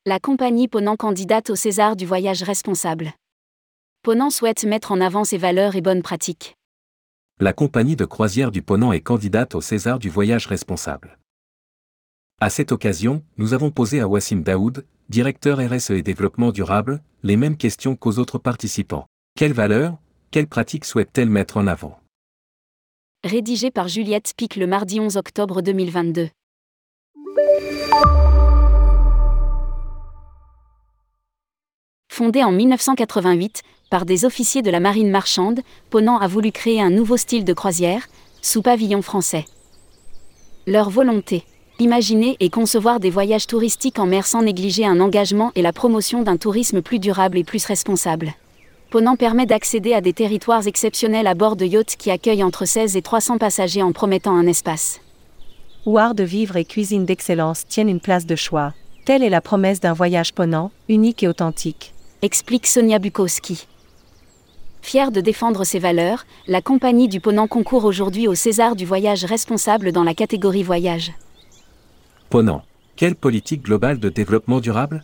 La compagnie Ponant candidate au César du voyage responsable. Ponant souhaite mettre en avant ses valeurs et bonnes pratiques. La compagnie de croisière du Ponant est candidate au César du voyage responsable. À cette occasion, nous avons posé à Wassim Daoud, directeur RSE et développement durable, les mêmes questions qu'aux autres participants. Quelles valeurs, quelles pratiques souhaite-t-elle mettre en avant? Rédigé par Juliette Pic le mardi 11 octobre 2022. Fondée en 1988 par des officiers de la marine marchande, Ponant a voulu créer un nouveau style de croisière, sous pavillon français. Leur volonté: imaginer et concevoir des voyages touristiques en mer sans négliger un engagement et la promotion d'un tourisme plus durable et plus responsable. Ponant permet d'accéder à des territoires exceptionnels à bord de yachts qui accueillent entre 16 et 300 passagers en promettant un espace où art de vivre et cuisine d'excellence tiennent une place de choix. Telle est la promesse d'un voyage Ponant, unique et authentique, explique Sonia Bukowski. Fière de défendre ses valeurs, la compagnie du Ponant concourt aujourd'hui au César du voyage responsable dans la catégorie voyage. Ponant, quelle politique globale de développement durable?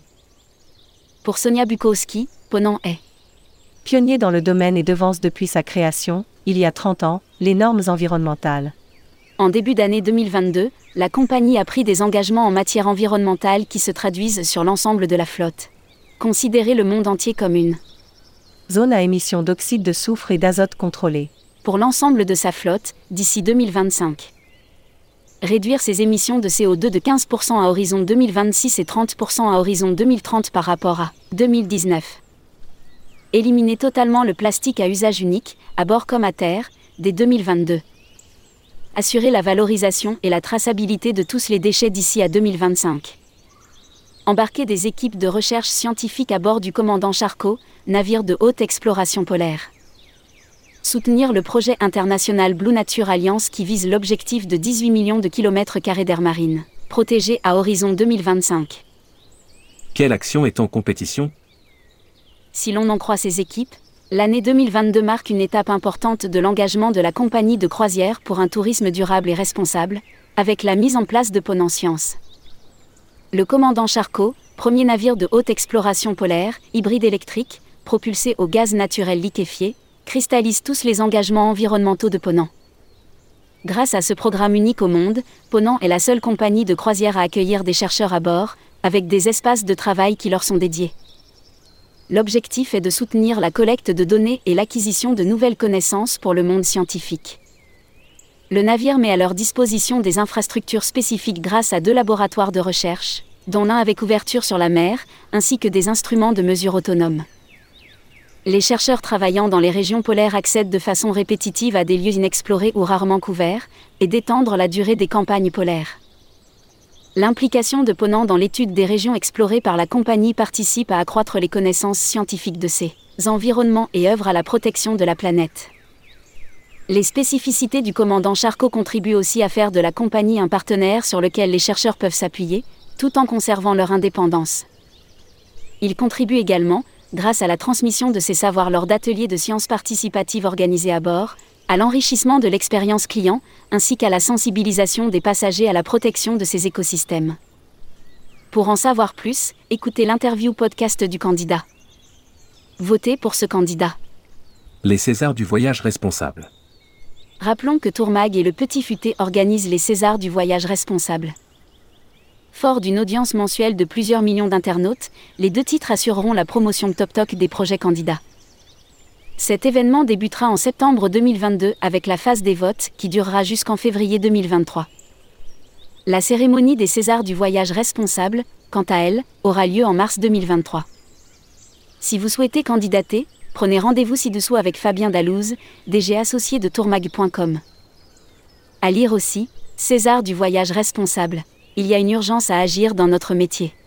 Pour Sonia Bukowski, Ponant est pionnier dans le domaine et devance depuis sa création, il y a 30 ans, les normes environnementales. En début d'année 2022, la compagnie a pris des engagements en matière environnementale qui se traduisent sur l'ensemble de la flotte. Considérer le monde entier comme une zone à émissions d'oxyde de soufre et d'azote contrôlée. Pour l'ensemble de sa flotte, d'ici 2025. Réduire ses émissions de CO2 de 15% à horizon 2026 et 30% à horizon 2030 par rapport à 2019. Éliminer totalement le plastique à usage unique, à bord comme à terre, dès 2022. Assurer la valorisation et la traçabilité de tous les déchets d'ici à 2025. Embarquer des équipes de recherche scientifique à bord du commandant Charcot, navire de haute exploration polaire. Soutenir le projet international Blue Nature Alliance qui vise l'objectif de 18 millions de km² d'air marine, protégés à horizon 2025. Quelle action est en compétition? Si l'on en croit ses équipes, l'année 2022 marque une étape importante de l'engagement de la compagnie de croisière pour un tourisme durable et responsable, avec la mise en place de Ponant Science. Le commandant Charcot, premier navire de haute exploration polaire, hybride électrique, propulsé au gaz naturel liquéfié, cristallise tous les engagements environnementaux de Ponant. Grâce à ce programme unique au monde, Ponant est la seule compagnie de croisière à accueillir des chercheurs à bord, avec des espaces de travail qui leur sont dédiés. L'objectif est de soutenir la collecte de données et l'acquisition de nouvelles connaissances pour le monde scientifique. Le navire met à leur disposition des infrastructures spécifiques grâce à 2 laboratoires de recherche, dont l'un avec ouverture sur la mer, ainsi que des instruments de mesure autonomes. Les chercheurs travaillant dans les régions polaires accèdent de façon répétitive à des lieux inexplorés ou rarement couverts, et d'étendre la durée des campagnes polaires. L'implication de Ponant dans l'étude des régions explorées par la compagnie participe à accroître les connaissances scientifiques de ces environnements et œuvre à la protection de la planète. Les spécificités du commandant Charcot contribuent aussi à faire de la compagnie un partenaire sur lequel les chercheurs peuvent s'appuyer, tout en conservant leur indépendance. Il contribue également, grâce à la transmission de ses savoirs lors d'ateliers de sciences participatives organisés à bord, à l'enrichissement de l'expérience client, ainsi qu'à la sensibilisation des passagers à la protection de ces écosystèmes. Pour en savoir plus, écoutez l'interview podcast du candidat. Votez pour ce candidat. Les Césars du voyage responsable. Rappelons que Tourmag et le Petit Futé organisent les Césars du voyage responsable. Fort d'une audience mensuelle de plusieurs millions d'internautes, les 2 titres assureront la promotion top-toc des projets candidats. Cet événement débutera en septembre 2022 avec la phase des votes qui durera jusqu'en février 2023. La cérémonie des Césars du voyage responsable, quant à elle, aura lieu en mars 2023. Si vous souhaitez candidater, prenez rendez-vous ci-dessous avec Fabien Dalouse, DG associé de tourmag.com. À lire aussi, César du voyage responsable. Il y a une urgence à agir dans notre métier.